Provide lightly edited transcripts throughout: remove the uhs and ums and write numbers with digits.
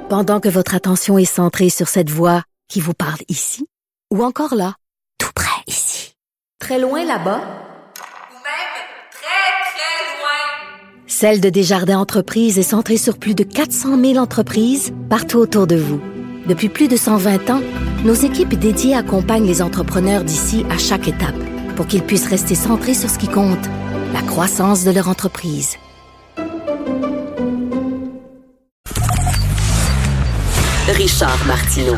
Pendant que votre attention est centrée sur cette voix qui vous parle ici, ou encore là, tout près ici, très loin là-bas, ou même très, très loin. Celle de Desjardins Entreprises est centrée sur plus de 400 000 entreprises partout autour de vous. Depuis plus de 120 ans, nos équipes dédiées accompagnent les entrepreneurs d'ici à chaque étape pour qu'ils puissent rester centrés sur ce qui compte, la croissance de leur entreprise. Richard Martineau.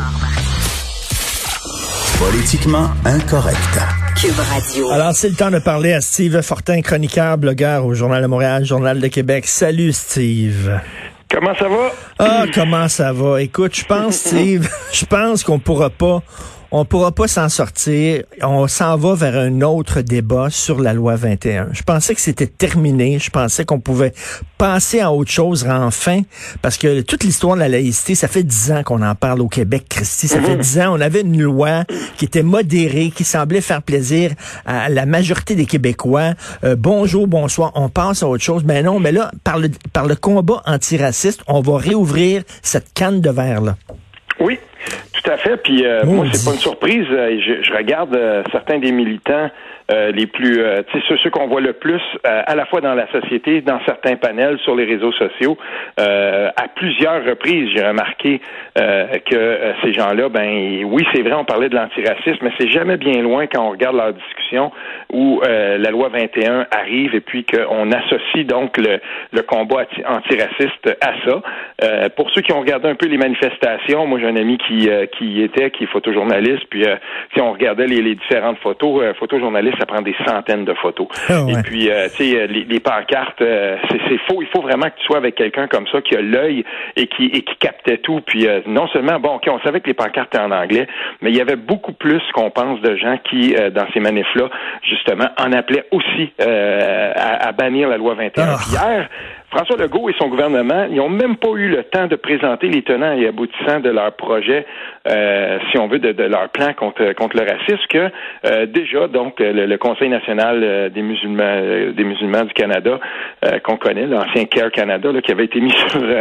Politiquement incorrect. Cube Radio. Alors, c'est le temps de parler à Steve Fortin, chroniqueur, blogueur au Journal de Montréal, Journal de Québec. Salut, Steve. Comment ça va? Ah, comment ça va? Écoute, je pense, Steve, qu'on pourra pas s'en sortir. On s'en va vers un autre débat sur la loi 21. Je pensais que c'était terminé. Je pensais qu'on pouvait passer à autre chose enfin, parce que toute l'histoire de la laïcité, ça fait 10 ans qu'on en parle au Québec, Christy. Ça fait 10 ans. On avait une loi qui était modérée, qui semblait faire plaisir à la majorité des Québécois. Bonjour, bonsoir, on passe à autre chose. Mais non, mais là, par le combat antiraciste, on va réouvrir cette canne de verre-là. Oui. Tout à fait. Puis moi, c'est pas une surprise. Je regarde certains des militants les plus, ceux qu'on voit le plus à la fois dans la société, dans certains panels, sur les réseaux sociaux. À plusieurs reprises, j'ai remarqué que ces gens-là, oui, c'est vrai, on parlait de l'antiracisme, mais c'est jamais bien loin quand on regarde leur discussion où la loi 21 arrive et puis qu'on associe donc le combat antiraciste à ça. Pour ceux qui ont regardé un peu les manifestations, moi j'ai un ami qui est photojournaliste, puis si on regardait les différentes photojournalistes, ça prend des centaines de photos. Oh, ouais. Et puis, les pancartes, c'est faux. Il faut vraiment que tu sois avec quelqu'un comme ça qui a l'œil et qui captait tout. Puis, non seulement, on savait que les pancartes étaient en anglais, mais il y avait beaucoup plus qu'on pense de gens qui, dans ces manifs-là, justement, en appelaient aussi à bannir la loi 21. Puis hier, François Legault et son gouvernement, ils n'ont même pas eu le temps de présenter les tenants et aboutissants de leur projet, si on veut, de leur plan contre le racisme, que déjà, donc, le Conseil national des musulmans du Canada, qu'on connaît, l'ancien CARE Canada, là, qui avait été mis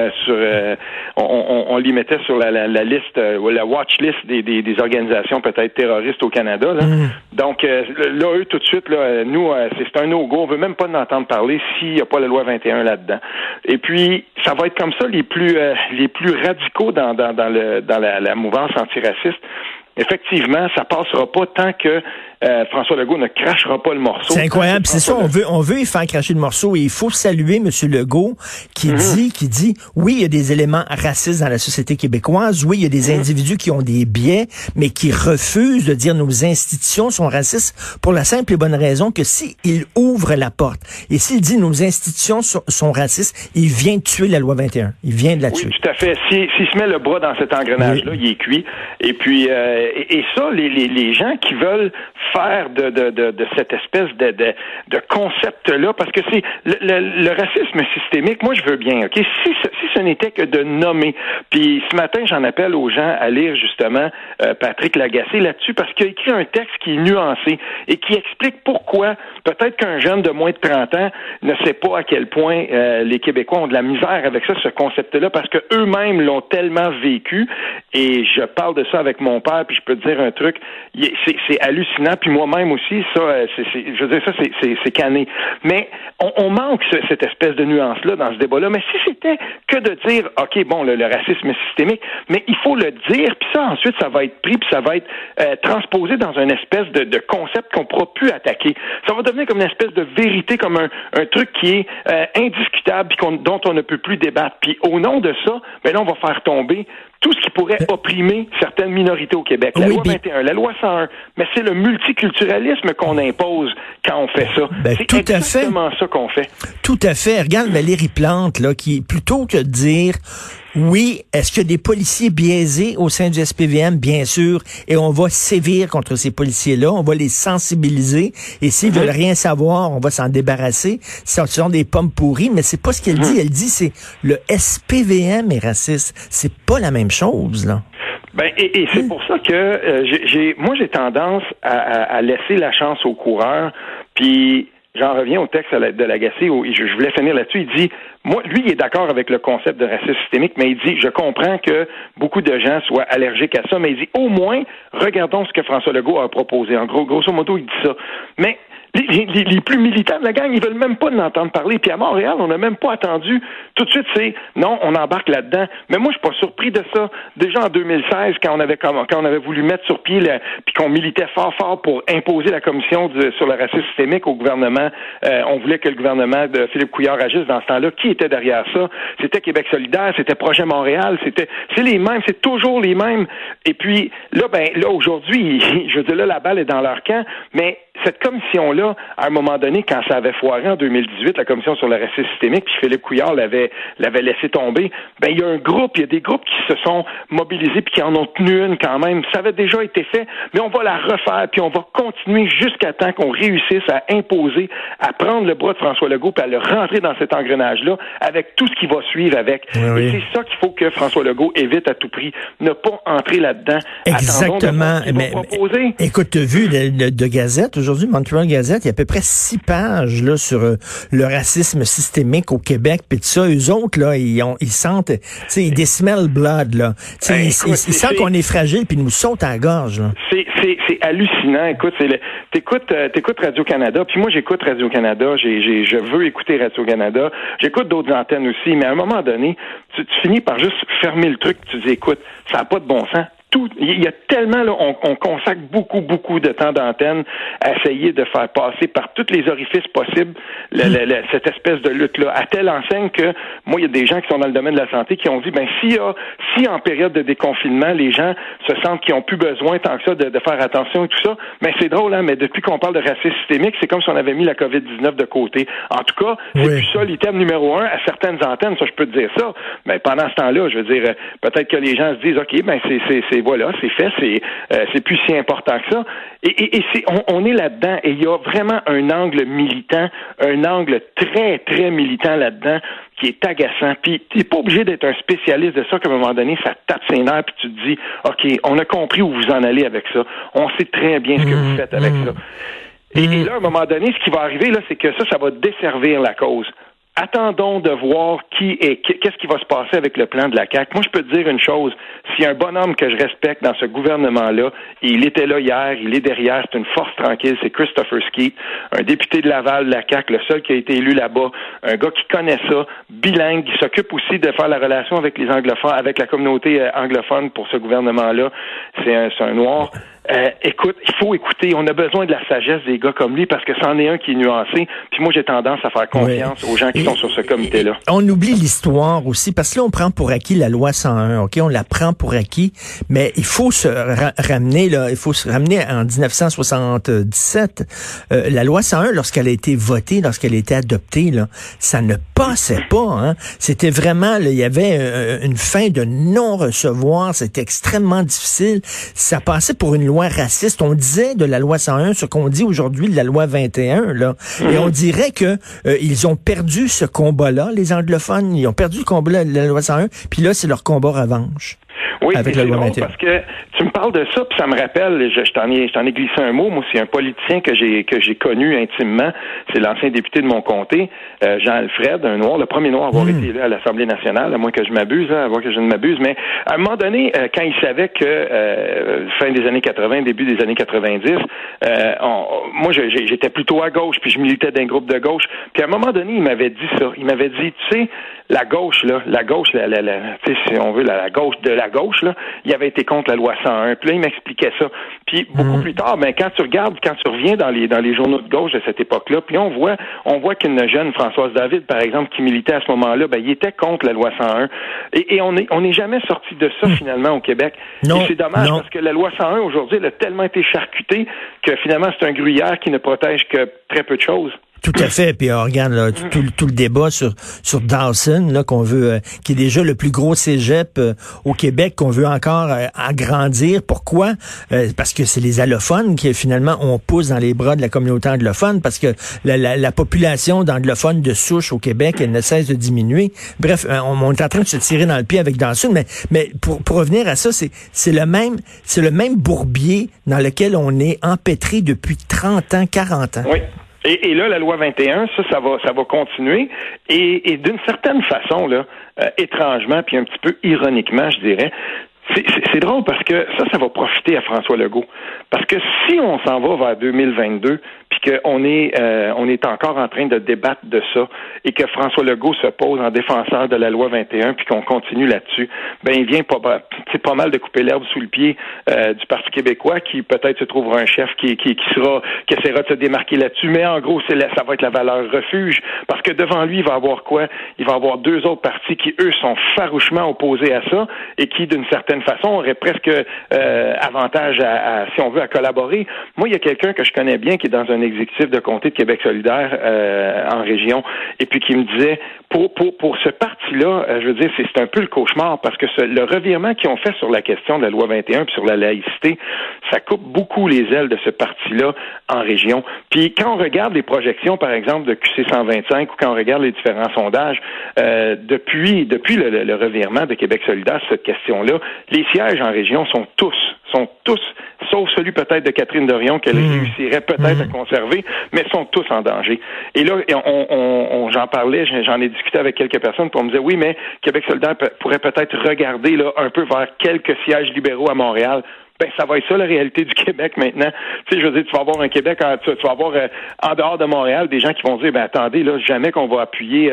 on l'y mettait sur la liste, la watch list des organisations peut-être terroristes au Canada. Là. Donc, là, eux, tout de suite, là, nous, c'est un no-go. On veut même pas en entendre parler s'il n'y a pas la loi 21 là-dedans. Et puis, ça va être comme ça les plus radicaux dans la mouvance antiraciste. Effectivement, ça passera pas tant que François Legault ne crachera pas le morceau. C'est incroyable. C'est ça, on veut y faire cracher le morceau. Et il faut saluer M. Legault qui dit, oui, il y a des éléments racistes dans la société québécoise. Oui, il y a des individus qui ont des biais, mais qui refusent de dire nos institutions sont racistes pour la simple et bonne raison que s'il ouvre la porte et s'il dit nos institutions sont racistes, il vient de tuer la loi 21. Il vient de la tuer. Oui, tout à fait. S'il se met le bras dans cet engrenage-là, il est cuit. Et puis, et ça, les gens qui veulent faire de cette espèce de concept-là, parce que c'est le racisme systémique, moi je veux bien, OK? Si ce n'était que de nommer, puis ce matin j'en appelle aux gens à lire justement Patrick Lagacé là-dessus, parce qu'il a écrit un texte qui est nuancé et qui explique pourquoi peut-être qu'un jeune de moins de 30 ans ne sait pas à quel point les Québécois ont de la misère avec ça, ce concept-là, parce que eux-mêmes l'ont tellement vécu, et je parle de ça avec mon père, puis je peux te dire un truc, c'est hallucinant, puis moi-même aussi, ça, je veux dire, ça, c'est cané. Mais on manque cette espèce de nuance-là dans ce débat-là. Mais si c'était que de dire, OK, bon, le racisme systémique, mais il faut le dire, puis ça, ensuite, ça va être pris, puis ça va être transposé dans une espèce de concept qu'on ne pourra plus attaquer. Ça va devenir comme une espèce de vérité, comme un truc qui est indiscutable, puis dont on ne peut plus débattre. Puis au nom de ça, ben là, on va faire tomber tout ce qui pourrait opprimer certaines minorités au Québec. La loi 21, la loi 101, mais c'est le multiculturalisme qu'on impose quand on fait ça. C'est exactement ça qu'on fait. Tout à fait. Regarde Valérie Plante, là, qui, plutôt que de dire oui, est-ce qu'il y a des policiers biaisés au sein du SPVM? Bien sûr. Et on va sévir contre ces policiers-là. On va les sensibiliser. Et s'ils veulent rien savoir, on va s'en débarrasser. Ce sont des pommes pourries. Mais c'est pas ce qu'elle dit. Elle dit c'est le SPVM est raciste. C'est pas la même chose, là. Et c'est pour ça que j'ai tendance à laisser la chance aux coureurs. Puis j'en reviens au texte de Lagacé, où je voulais finir là-dessus, il dit, moi, lui, il est d'accord avec le concept de racisme systémique, mais il dit, je comprends que beaucoup de gens soient allergiques à ça, mais il dit, au moins, regardons ce que François Legault a proposé. En gros, grosso modo, il dit ça. Mais les plus militants de la gang, ils veulent même pas l'entendre parler. Puis à Montréal, on n'a même pas attendu. Tout de suite, c'est non, on embarque là-dedans. Mais moi, je suis pas surpris de ça. Déjà en 2016, quand on avait voulu mettre sur pied, puis qu'on militait fort pour imposer la commission sur le racisme systémique au gouvernement, on voulait que le gouvernement de Philippe Couillard agisse dans ce temps-là. Qui était derrière ça? C'était Québec solidaire, c'était Projet Montréal, c'est les mêmes, c'est toujours les mêmes. Et puis là, aujourd'hui, je veux dire, là, la balle est dans leur camp, mais cette commission-là, à un moment donné, quand ça avait foiré en 2018, la commission sur le racisme systémique, puis Philippe Couillard l'avait laissé tomber, il y a des groupes qui se sont mobilisés puis qui en ont tenu une quand même. Ça avait déjà été fait, mais on va la refaire, puis on va continuer jusqu'à temps qu'on réussisse à imposer, à prendre le bras de François Legault puis à le rentrer dans cet engrenage-là avec tout ce qui va suivre avec. Oui. Et c'est ça qu'il faut que François Legault évite à tout prix. Ne pas entrer là-dedans. Exactement. Mais écoute, tu as vu de Gazette aujourd'hui, Montreal Gazette, il y a à peu près 6 pages là, sur le racisme systémique au Québec, puis tout ça, eux autres, là, ils sentent, tu sais, ils smell blood, là. Ils sentent qu'on est fragile, puis ils nous sautent à la gorge, là. C'est hallucinant. Écoute, t'écoutes Radio-Canada, puis moi, j'écoute Radio-Canada, je veux écouter Radio-Canada, j'écoute d'autres antennes aussi, mais à un moment donné, tu finis par juste fermer le truc, tu dis, écoute, ça n'a pas de bon sens. Il y a tellement, là, on consacre beaucoup de temps d'antenne à essayer de faire passer par tous les orifices possibles cette espèce de lutte-là, à telle enseigne que, moi, il y a des gens qui sont dans le domaine de la santé qui ont dit, si en période de déconfinement, les gens se sentent qu'ils n'ont plus besoin tant que ça de faire attention et tout ça, c'est drôle, hein, mais depuis qu'on parle de racisme systémique, c'est comme si on avait mis la COVID-19 de côté. En tout cas, c'est plus ça l'item numéro 1 à certaines antennes, ça, je peux te dire ça. Mais pendant ce temps-là, je veux dire, peut-être que les gens se disent, OK, voilà, c'est fait, c'est plus si important que ça. Et on est là-dedans, et il y a vraiment un angle militant, un angle très, très militant là-dedans, qui est agaçant. Puis t'es pas obligé d'être un spécialiste de ça, qu'à un moment donné, ça tape ses nerfs, puis tu te dis, OK, on a compris où vous en allez avec ça. On sait très bien ce que vous faites avec ça. Et là, à un moment donné, ce qui va arriver, là, c'est que ça va desservir la cause. Attendons de voir qu'est-ce qui va se passer avec le plan de la CAQ. Moi, je peux te dire une chose. S'il y a un bonhomme que je respecte dans ce gouvernement-là, il était là hier, il est derrière, c'est une force tranquille, c'est Christopher Skeet, un député de Laval de la CAQ, le seul qui a été élu là-bas, un gars qui connaît ça, bilingue, qui s'occupe aussi de faire la relation avec les anglophones, avec la communauté anglophone pour ce gouvernement-là. C'est un noir. Écoute, il faut écouter. On a besoin de la sagesse des gars comme lui parce que c'en est un qui est nuancé. Puis moi, j'ai tendance à faire confiance aux gens qui sont sur ce comité-là. On oublie l'histoire aussi parce que là, on prend pour acquis la loi 101. OK, on la prend pour acquis, mais il faut se ramener là. Il faut se ramener en 1977. La loi 101, lorsqu'elle a été votée, lorsqu'elle a été adoptée, là, ça ne passait pas. Hein. C'était vraiment, là, il y avait une fin de non-recevoir. C'était extrêmement difficile. Ça passait pour une loi raciste. On disait de la loi 101 ce qu'on dit aujourd'hui de la loi 21, là. Et on dirait que ils ont perdu ce combat-là, les anglophones. Ils ont perdu le combat de la loi 101, puis là, c'est leur combat revanche. Oui, avec la loi 21. Parce que tu me parles de ça, puis ça me rappelle, je t'en ai glissé un mot. Moi, c'est un politicien que j'ai connu intimement. C'est l'ancien député de mon comté, Jean-Alfred, un noir, le premier noir à avoir été élu à l'Assemblée nationale, à moins que je m'abuse, à moins que je ne m'abuse. Mais à un moment donné, quand il savait que fin des années 80, début des années 90, moi, j'étais plutôt à gauche, puis je militais d'un groupe de gauche. Puis à un moment donné, il m'avait dit ça. Il m'avait dit, tu sais, la gauche, tu sais, si on veut, la gauche de la gauche, là, il avait été contre la loi 101. Puis là, il m'expliquait ça. Puis beaucoup plus tard, quand tu reviens dans les journaux de gauche de cette époque-là, puis on voit qu'une jeune Françoise David, par exemple, qui militait à ce moment-là, il était contre la loi 101. Et on n'est jamais sorti de ça, finalement, au Québec. Non, et c'est dommage, parce que la loi 101, aujourd'hui, elle a tellement été charcutée que finalement, c'est un gruyère qui ne protège que très peu de choses. Tout à fait. Puis regarde là, tout le débat sur Dawson là qu'on veut, qui est déjà le plus gros cégep au Québec, qu'on veut encore agrandir. Pourquoi? Parce que c'est les allophones qui finalement on pousse dans les bras de la communauté anglophone, parce que la population d'anglophones de souche au Québec, elle ne cesse de diminuer. Bref, on est en train de se tirer dans le pied avec Dawson, mais pour revenir à ça, c'est le même bourbier dans lequel on est empêtré depuis 30 ans, 40 ans. Oui. Et là, la loi 21, ça va continuer. Et d'une certaine façon, là, étrangement, puis un petit peu ironiquement, je dirais, c'est drôle parce que ça va profiter à François Legault. Parce que si on s'en va vers 2022, puis qu'on est encore en train de débattre de ça, et que François Legault se pose en défenseur de la loi 21, puis qu'on continue là-dessus, ben il vient pas mal de couper l'herbe sous le pied du Parti québécois, qui peut-être se trouvera un chef qui essaiera de se démarquer là-dessus. Mais en gros, ça va être la valeur refuge, parce que devant lui, il va avoir quoi? Il va avoir deux autres partis qui, eux, sont farouchement opposés à ça, et qui, d'une certaine façon, auraient presque avantage si on veut, à collaborer. Moi, il y a quelqu'un que je connais bien qui est dans un exécutif de comté de Québec solidaire en région, et puis qui me disait, pour ce parti-là, je veux dire, c'est un peu le cauchemar, parce que le revirement qu'ils ont fait sur la question de la loi 21 puis sur la laïcité, ça coupe beaucoup les ailes de ce parti-là en région. Puis quand on regarde les projections, par exemple, de QC 125, ou quand on regarde les différents sondages, depuis le revirement de Québec solidaire sur cette question-là, les sièges en région sont tous, sauf celui peut-être de Catherine Dorion qu'elle réussirait peut-être à conserver, mais sont tous en danger. Et là, j'en parlais, j'en ai discuté avec quelques personnes, puis on me disait, oui, mais Québec solidaire pourrait peut-être regarder là un peu vers quelques sièges libéraux à Montréal. Ben, ça va être ça, la réalité du Québec maintenant. Tu sais, je veux dire, tu vas avoir un Québec, tu vas avoir en dehors de Montréal des gens qui vont dire, ben attendez, là, jamais qu'on va appuyer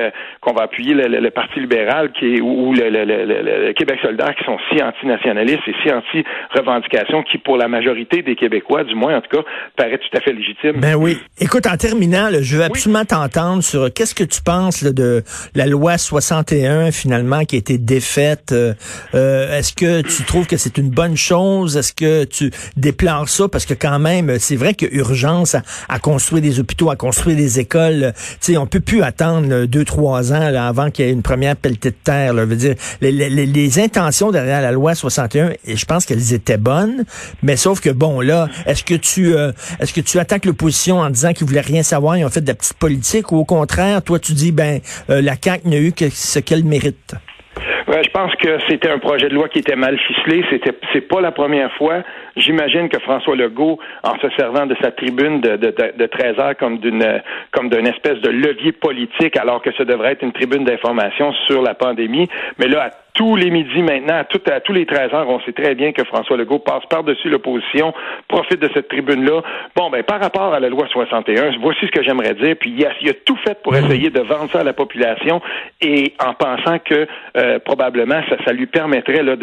le Parti libéral ou le Québec solidaire, qui sont si antinationalistes et si anti-revendications, qui, pour la majorité des Québécois, du moins, en tout cas, paraît tout à fait légitime. Ben oui. Écoute, en terminant, là, je veux absolument t'entendre sur qu'est-ce que tu penses là, de la loi 61, finalement, qui a été défaite. Est-ce que tu trouves que c'est une bonne chose? Est-ce que tu déplores ça? Parce que quand même, c'est vrai qu'il y a urgence à construire des hôpitaux, à construire des écoles. Tu sais, on peut plus attendre 2-3 ans là, avant qu'il y ait une première pelletée de terre. Là. Je veux dire, les intentions derrière la loi 61, et je pense qu'elles étaient bonnes, mais sauf que bon, là, est-ce que tu attaques l'opposition en disant qu'ils voulaient rien savoir, ils ont fait de la petite politique, ou au contraire, toi tu dis, la CAQ n'a eu que ce qu'elle mérite? Ouais, je pense que c'était un projet de loi qui était mal ficelé. C'est pas la première fois. J'imagine que François Legault, en se servant de sa tribune de 13 heures comme d'une espèce de levier politique, alors que ça devrait être une tribune d'information sur la pandémie, mais là, à tous les midis maintenant, à tous les 13 heures, on sait très bien que François Legault passe par-dessus l'opposition, profite de cette tribune-là. Bon, par rapport à la loi 61, voici ce que j'aimerais dire, puis il a tout fait pour essayer de vendre ça à la population, et en pensant que probablement ça lui permettrait là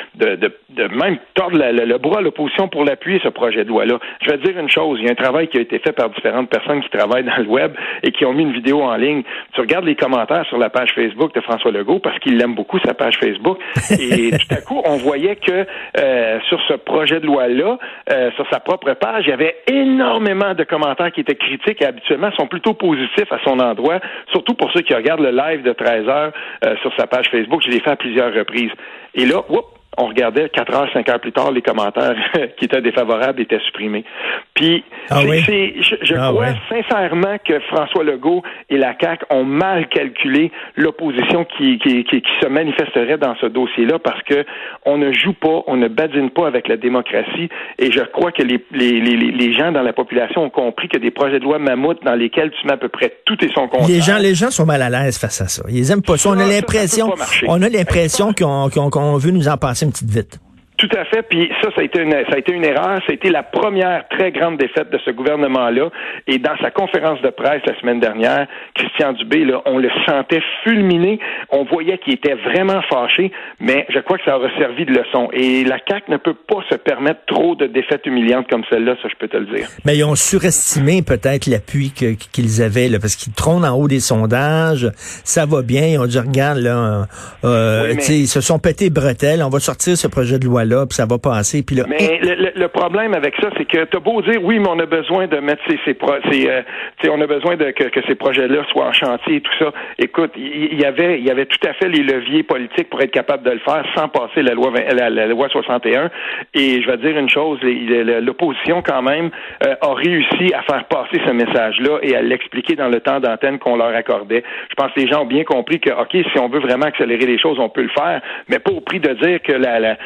de même tordre le bras à l'opposition pour l'appuyer, ce projet de loi-là. Je vais te dire une chose, il y a un travail qui a été fait par différentes personnes qui travaillent dans le web et qui ont mis une vidéo en ligne. Tu regardes les commentaires sur la page Facebook de François Legault, parce qu'il aime beaucoup sa page Facebook, et tout à coup, on voyait que sur ce projet de loi-là, sur sa propre page, il y avait énormément de commentaires qui étaient critiques et habituellement sont plutôt positifs à son endroit, surtout pour ceux qui regardent le live de 13 heures sur sa page Facebook. Je l'ai fait à plusieurs reprises. Et là, on regardait 4 heures, 5 heures plus tard, les commentaires qui étaient défavorables étaient supprimés. Puis, je crois sincèrement que François Legault et la CAQ ont mal calculé l'opposition qui se manifesterait dans ce dossier-là, parce que on ne joue pas, on ne badine pas avec la démocratie, et je crois que les gens dans la population ont compris que des projets de loi mammouths dans lesquels tu mets à peu près tout et son contraire. Les gens sont mal à l'aise face à ça. Ils aiment pas ça. On a l'impression qu'on veut nous en passer une petite vite. Tout à fait, puis ça a été une erreur. Ça a été la première très grande défaite de ce gouvernement-là. Et dans sa conférence de presse la semaine dernière, Christian Dubé, là, on le sentait fulminé. On voyait qu'il était vraiment fâché, mais je crois que ça aura servi de leçon. Et la CAQ ne peut pas se permettre trop de défaites humiliantes comme celle-là, ça je peux te le dire. Mais ils ont surestimé peut-être l'appui qu'ils avaient, là, parce qu'ils trônent en haut des sondages. Ça va bien. Ils ont dit, regarde, là, ils se sont pété bretelles. On va sortir ce projet de loi là, puis ça va passer. Puis là, mais le problème avec ça, c'est que t'as beau dire, oui, mais on a besoin de mettre on a besoin que ces projets-là soient en chantier et tout ça. Écoute, il y avait tout à fait les leviers politiques pour être capable de le faire sans passer la loi 61. Et je vais te dire une chose, l'opposition quand même a réussi à faire passer ce message-là et à l'expliquer dans le temps d'antenne qu'on leur accordait. Je pense que les gens ont bien compris que, OK, si on veut vraiment accélérer les choses, on peut le faire, mais pas au prix de dire que tout à coup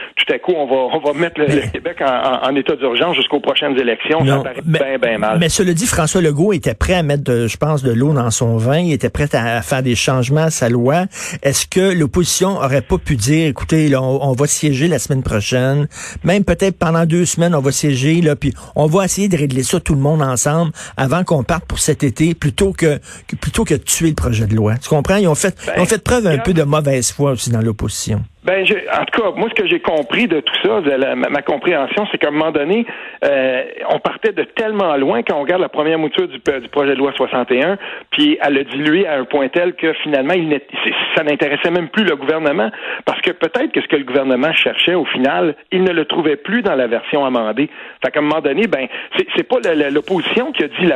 coup, on va mettre le Québec en état d'urgence jusqu'aux prochaines élections. Ça paraît bien mal. Mais cela dit, François Legault était prêt à mettre, je pense, de l'eau dans son vin. Il était prêt à faire des changements à sa loi. Est-ce que l'opposition aurait pas pu dire, écoutez, là, on va siéger la semaine prochaine, même peut-être pendant 2 semaines, on va siéger, là, puis on va essayer de régler ça tout le monde ensemble avant qu'on parte pour cet été, plutôt que de tuer le projet de loi. Tu comprends? Ils ont fait preuve un peu de mauvaise foi aussi dans l'opposition. En tout cas, moi, ce que j'ai compris de tout ça, ma compréhension, c'est qu'à un moment donné, on partait de tellement loin quand on regarde la première mouture du projet de loi 61, puis elle a dilué à un point tel que finalement, ça n'intéressait même plus le gouvernement, parce que peut-être que ce que le gouvernement cherchait, au final, il ne le trouvait plus dans la version amendée. Fait qu'à un moment donné, c'est pas l'opposition qui a dit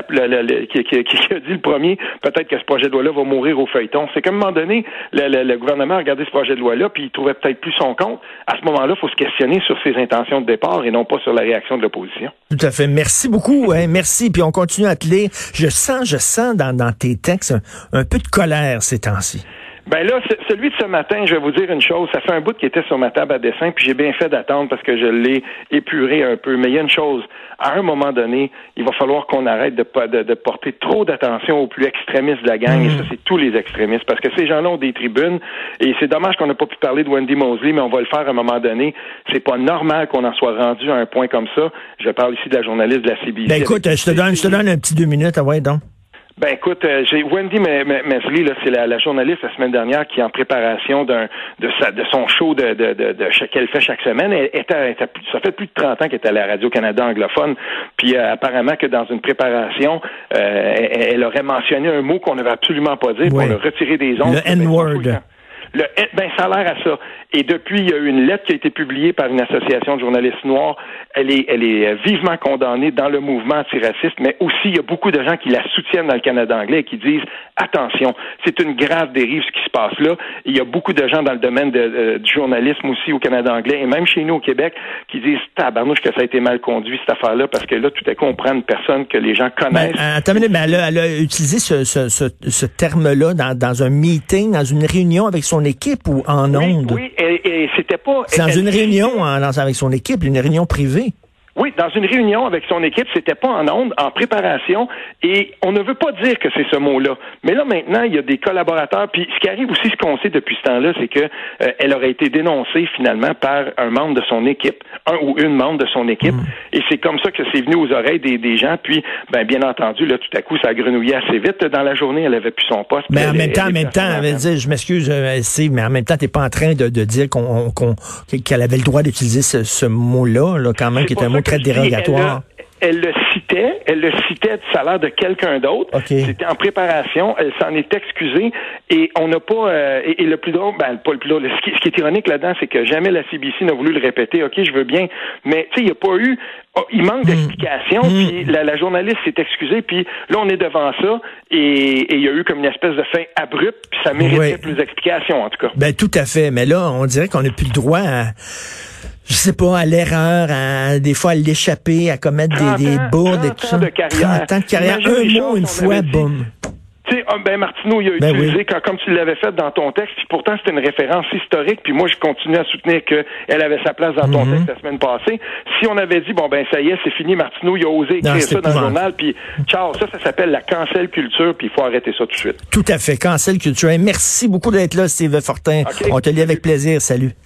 qui a dit le premier, peut-être que ce projet de loi-là va mourir au feuilleton. C'est qu'à un moment donné, le gouvernement a regardé ce projet de loi-là, puis il trouvait peut-être plus son compte. À ce moment-là, il faut se questionner sur ses intentions de départ et non pas sur la réaction de l'opposition. Tout à fait. Merci beaucoup. Merci. Puis on continue à te lire. Je sens dans tes textes un peu de colère ces temps-ci. Là, celui de ce matin, je vais vous dire une chose, ça fait un bout qui était sur ma table à dessin, puis j'ai bien fait d'attendre parce que je l'ai épuré un peu. Mais il y a une chose, à un moment donné, il va falloir qu'on arrête de porter trop d'attention aux plus extrémistes de la gang, et ça, c'est tous les extrémistes, parce que ces gens-là ont des tribunes, et c'est dommage qu'on n'a pas pu parler de Wendy Mosley, mais on va le faire à un moment donné. C'est pas normal qu'on en soit rendu à un point comme ça. Je parle ici de la journaliste de la CBC. Écoute, je te donne un petit 2 minutes, ouais, donc. Écoute, j'ai Wendy Mosley, là, c'est la journaliste la semaine dernière qui est en préparation de son show qu'elle fait chaque semaine. Ça fait plus de 30 ans qu'elle est à la Radio-Canada anglophone. Puis apparemment que dans une préparation, elle aurait mentionné un mot qu'on n'avait absolument pas dit, qu'on a retiré des ondes. Le N-word. Ça a l'air à ça. Et depuis, il y a eu une lettre qui a été publiée par une association de journalistes noirs. Elle est vivement condamnée dans le mouvement antiraciste, mais aussi, il y a beaucoup de gens qui la soutiennent dans le Canada anglais et qui disent, attention, c'est une grave dérive ce qui se passe là. Et il y a beaucoup de gens dans le domaine du journalisme aussi au Canada anglais et même chez nous au Québec qui disent, tabarnouche que ça a été mal conduit cette affaire-là, parce que là, tout à coup, on prend une personne que les gens connaissent. Elle a utilisé ce terme-là dans un meeting, dans une réunion avec son équipe ou en ondes? Oui, et c'était pas... C'est dans une réunion avec son équipe, une réunion privée. Oui, dans une réunion avec son équipe, c'était pas en ondes, en préparation, et on ne veut pas dire que c'est ce mot-là. Mais là, maintenant, il y a des collaborateurs, puis ce qui arrive aussi, ce qu'on sait depuis ce temps-là, c'est que elle aurait été dénoncée, finalement, par un membre de son équipe, un ou une membre de son équipe, et c'est comme ça que c'est venu aux oreilles des gens, puis, bien entendu, là, tout à coup, ça a grenouillé assez vite. Dans la journée, elle avait plus son poste. Mais en même temps, je m'excuse, Steve, mais en même temps, t'es pas en train de dire qu'elle avait le droit d'utiliser ce mot-là, là, quand même, qui est un mot très dérogatoire. Elle le citait du salaire de quelqu'un d'autre. Okay. C'était en préparation. Elle s'en est excusée et on n'a pas. Et le plus drôle, pas le plus drôle. Ce qui est ironique là-dedans, c'est que jamais la CBC n'a voulu le répéter. Ok, je veux bien, mais tu sais, il n'y a pas eu. Il manque d'explications. Puis la journaliste s'est excusée. Puis là, on est devant ça et il y a eu comme une espèce de fin abrupte. Puis ça méritait plus d'explications, en tout cas. Tout à fait. Mais là, on dirait qu'on n'a plus le droit à. Je sais pas, à l'erreur, des fois à l'échapper, à commettre des bourdes et tout ça. 30 ans de carrière. Un mot, une fois, boum. Tu sais, Martineau, il a utilisé, comme tu l'avais fait dans ton texte, puis pourtant c'était une référence historique, puis moi je continue à soutenir qu'elle avait sa place dans ton texte la semaine passée. Si on avait dit, ça y est, c'est fini, Martineau, il a osé écrire ça dans le journal, puis ciao, ça s'appelle la cancel culture, puis il faut arrêter ça tout de suite. Tout à fait, cancel culture. Merci beaucoup d'être là, Steve Fortin. Okay. On te lit avec plaisir, salut.